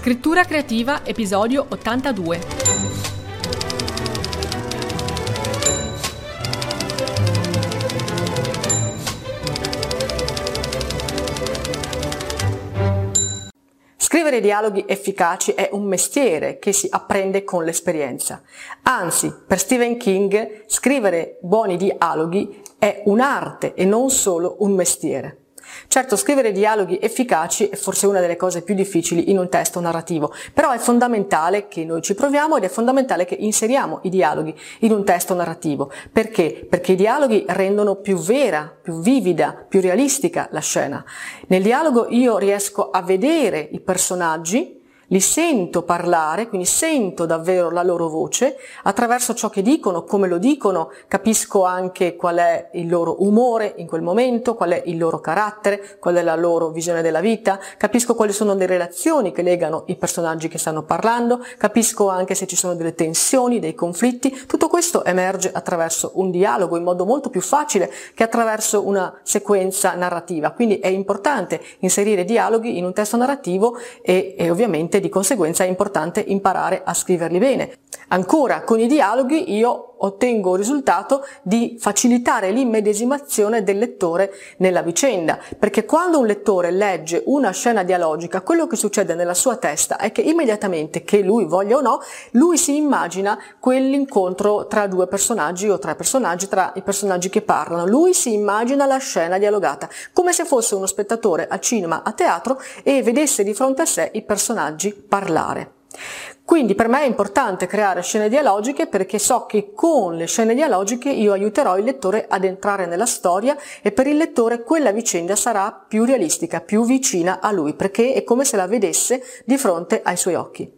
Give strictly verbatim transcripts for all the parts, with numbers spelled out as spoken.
Scrittura creativa, episodio ottantadue. Scrivere dialoghi efficaci è un mestiere che si apprende con l'esperienza. Anzi, per Stephen King, scrivere buoni dialoghi è un'arte e non solo un mestiere. Certo, scrivere dialoghi efficaci è forse una delle cose più difficili in un testo narrativo, però è fondamentale che noi ci proviamo ed è fondamentale che inseriamo i dialoghi in un testo narrativo. Perché? Perché i dialoghi rendono più vera, più vivida, più realistica la scena. Nel dialogo io riesco a vedere i personaggi, li sento parlare, quindi sento davvero la loro voce, attraverso ciò che dicono, come lo dicono, capisco anche qual è il loro umore in quel momento, qual è il loro carattere, qual è la loro visione della vita, capisco quali sono le relazioni che legano i personaggi che stanno parlando, capisco anche se ci sono delle tensioni, dei conflitti. Tutto questo emerge attraverso un dialogo in modo molto più facile che attraverso una sequenza narrativa. Quindi è importante inserire dialoghi in un testo narrativo e, e ovviamente di conseguenza è importante imparare a scriverli bene. Ancora, con i dialoghi io ottengo il risultato di facilitare l'immedesimazione del lettore nella vicenda, perché quando un lettore legge una scena dialogica, quello che succede nella sua testa è che immediatamente, che lui voglia o no, lui si immagina quell'incontro tra due personaggi o tre personaggi, tra i personaggi che parlano. Lui si immagina la scena dialogata, come se fosse uno spettatore al cinema, a teatro, e vedesse di fronte a sé i personaggi parlare. Quindi per me è importante creare scene dialogiche perché so che con le scene dialogiche io aiuterò il lettore ad entrare nella storia e per il lettore quella vicenda sarà più realistica, più vicina a lui, perché è come se la vedesse di fronte ai suoi occhi.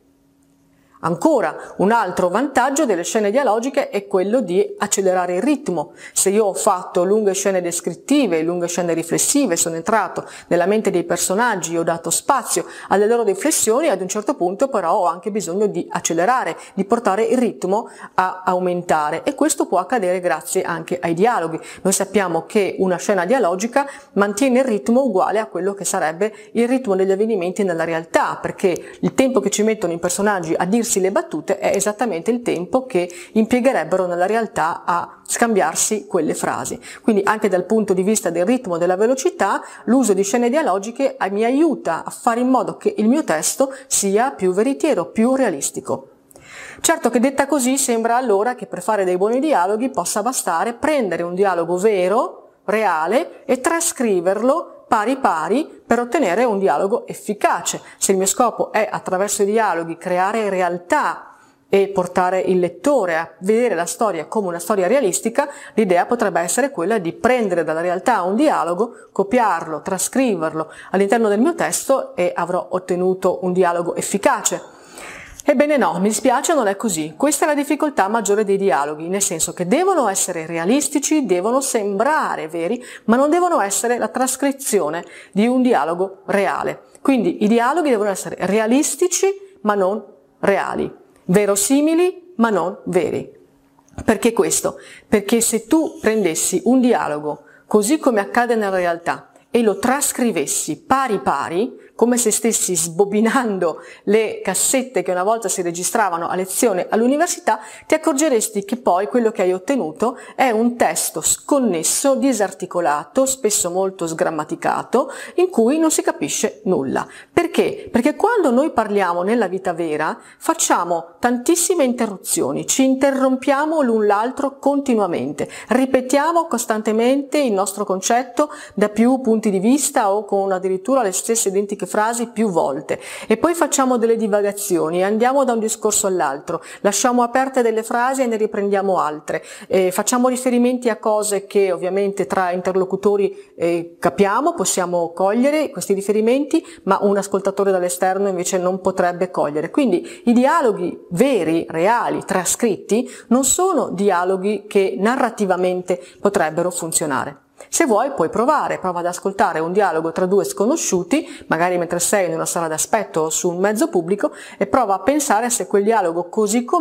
Ancora, un altro vantaggio delle scene dialogiche è quello di accelerare il ritmo. Se io ho fatto lunghe scene descrittive, lunghe scene riflessive, sono entrato nella mente dei personaggi, ho dato spazio alle loro riflessioni, ad un certo punto però ho anche bisogno di accelerare, di portare il ritmo a aumentare e questo può accadere grazie anche ai dialoghi. Noi sappiamo che una scena dialogica mantiene il ritmo uguale a quello che sarebbe il ritmo degli avvenimenti nella realtà, perché il tempo che ci mettono i personaggi a dirsi le battute è esattamente il tempo che impiegherebbero nella realtà a scambiarsi quelle frasi. Quindi anche dal punto di vista del ritmo e della velocità, l'uso di scene dialogiche mi aiuta a fare in modo che il mio testo sia più veritiero, più realistico. Certo che detta così sembra allora che per fare dei buoni dialoghi possa bastare prendere un dialogo vero, reale e trascriverlo pari pari per ottenere un dialogo efficace. Se il mio scopo è attraverso i dialoghi creare realtà e portare il lettore a vedere la storia come una storia realistica, l'idea potrebbe essere quella di prendere dalla realtà un dialogo, copiarlo, trascriverlo all'interno del mio testo e avrò ottenuto un dialogo efficace. Ebbene no, mi dispiace, non è così. Questa è la difficoltà maggiore dei dialoghi, nel senso che devono essere realistici, devono sembrare veri, ma non devono essere la trascrizione di un dialogo reale. Quindi i dialoghi devono essere realistici, ma non reali, verosimili, ma non veri. Perché questo? Perché se tu prendessi un dialogo così come accade nella realtà e lo trascrivessi pari pari, come se stessi sbobinando le cassette che una volta si registravano a lezione all'università, ti accorgeresti che poi quello che hai ottenuto è un testo sconnesso, disarticolato, spesso molto sgrammaticato, in cui non si capisce nulla. Perché? Perché quando noi parliamo nella vita vera facciamo tantissime interruzioni, ci interrompiamo l'un l'altro continuamente, ripetiamo costantemente il nostro concetto da più punti di vista o con addirittura le stesse identiche frasi più volte e poi facciamo delle divagazioni, andiamo da un discorso all'altro, lasciamo aperte delle frasi e ne riprendiamo altre, eh, facciamo riferimenti a cose che ovviamente tra interlocutori eh, capiamo, possiamo cogliere questi riferimenti, ma un ascoltatore dall'esterno invece non potrebbe cogliere. Quindi i dialoghi veri, reali, trascritti non sono dialoghi che narrativamente potrebbero funzionare. Se vuoi puoi provare, prova ad ascoltare un dialogo tra due sconosciuti, magari mentre sei in una sala d'aspetto o su un mezzo pubblico, e prova a pensare se quel dialogo così com'è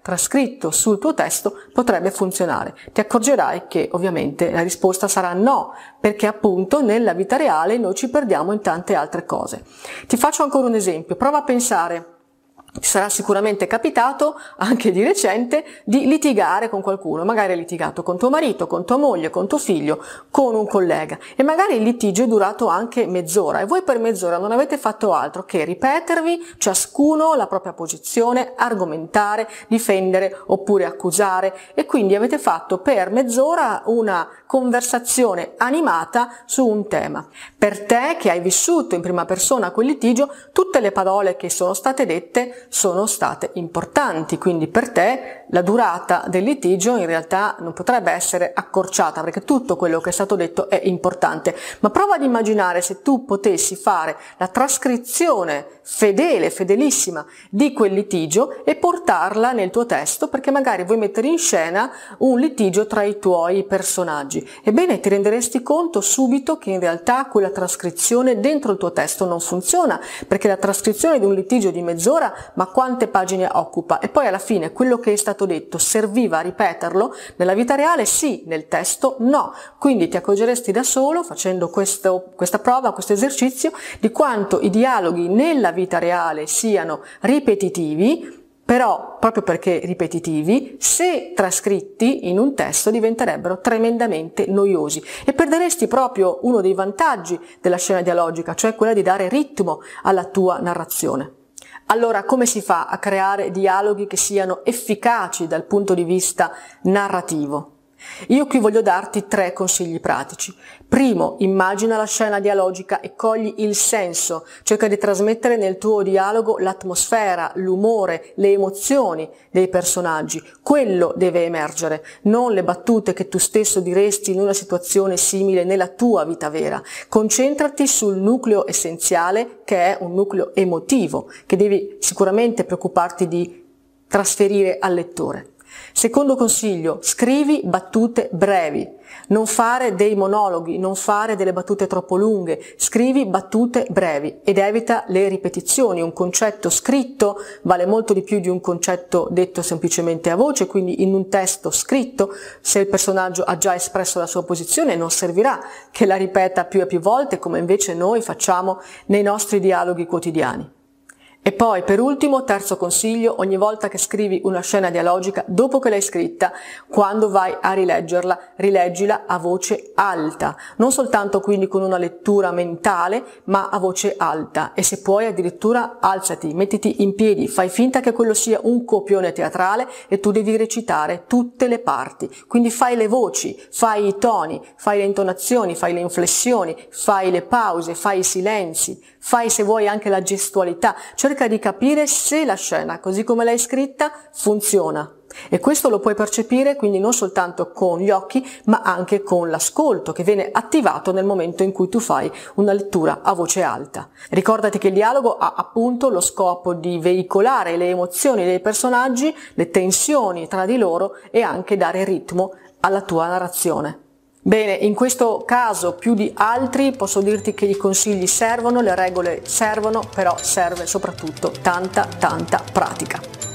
trascritto sul tuo testo potrebbe funzionare. Ti accorgerai che ovviamente la risposta sarà no, perché appunto nella vita reale noi ci perdiamo in tante altre cose. Ti faccio ancora un esempio, prova a pensare. Ti sarà sicuramente capitato, anche di recente, di litigare con qualcuno, magari hai litigato con tuo marito, con tua moglie, con tuo figlio, con un collega e magari il litigio è durato anche mezz'ora e voi per mezz'ora non avete fatto altro che ripetervi ciascuno la propria posizione, argomentare, difendere oppure accusare e quindi avete fatto per mezz'ora una conversazione animata su un tema. Per te che hai vissuto in prima persona quel litigio, tutte le parole che sono state dette sono state importanti, quindi per te la durata del litigio in realtà non potrebbe essere accorciata perché tutto quello che è stato detto è importante, ma prova ad immaginare se tu potessi fare la trascrizione fedele, fedelissima di quel litigio e portarla nel tuo testo, perché magari vuoi mettere in scena un litigio tra i tuoi personaggi. Ebbene, ti renderesti conto subito che in realtà quella trascrizione dentro il tuo testo non funziona, perché la trascrizione di un litigio di mezz'ora, ma quante pagine occupa? E poi alla fine quello che è stato detto serviva a ripeterlo? Nella vita reale sì, nel testo no. Quindi ti accorgeresti da solo, facendo questo, questa prova, questo esercizio, di quanto i dialoghi nella vita reale siano ripetitivi, però proprio perché ripetitivi, se trascritti in un testo diventerebbero tremendamente noiosi e perderesti proprio uno dei vantaggi della scena dialogica, cioè quella di dare ritmo alla tua narrazione. Allora, come si fa a creare dialoghi che siano efficaci dal punto di vista narrativo? Io qui voglio darti tre consigli pratici. Primo, immagina la scena dialogica e cogli il senso, cerca di trasmettere nel tuo dialogo l'atmosfera, l'umore, le emozioni dei personaggi. Quello deve emergere, non le battute che tu stesso diresti in una situazione simile nella tua vita vera. Concentrati sul nucleo essenziale, che è un nucleo emotivo, che devi sicuramente preoccuparti di trasferire al lettore. Secondo consiglio, scrivi battute brevi, non fare dei monologhi, non fare delle battute troppo lunghe, scrivi battute brevi ed evita le ripetizioni. Un concetto scritto vale molto di più di un concetto detto semplicemente a voce, quindi in un testo scritto, se il personaggio ha già espresso la sua posizione, non servirà che la ripeta più e più volte, come invece noi facciamo nei nostri dialoghi quotidiani. E poi, per ultimo, terzo consiglio, ogni volta che scrivi una scena dialogica, dopo che l'hai scritta, quando vai a rileggerla, rileggila a voce alta, non soltanto quindi con una lettura mentale, ma a voce alta. E se puoi addirittura alzati, mettiti in piedi, fai finta che quello sia un copione teatrale e tu devi recitare tutte le parti. Quindi fai le voci, fai i toni, fai le intonazioni, fai le inflessioni, fai le pause, fai i silenzi, fai se vuoi anche la gestualità. Cerca di capire se la scena, così come l'hai scritta, funziona. E questo lo puoi percepire quindi non soltanto con gli occhi, ma anche con l'ascolto che viene attivato nel momento in cui tu fai una lettura a voce alta. Ricordati che il dialogo ha appunto lo scopo di veicolare le emozioni dei personaggi, le tensioni tra di loro e anche dare ritmo alla tua narrazione. Bene, in questo caso più di altri posso dirti che i consigli servono, le regole servono, però serve soprattutto tanta tanta pratica.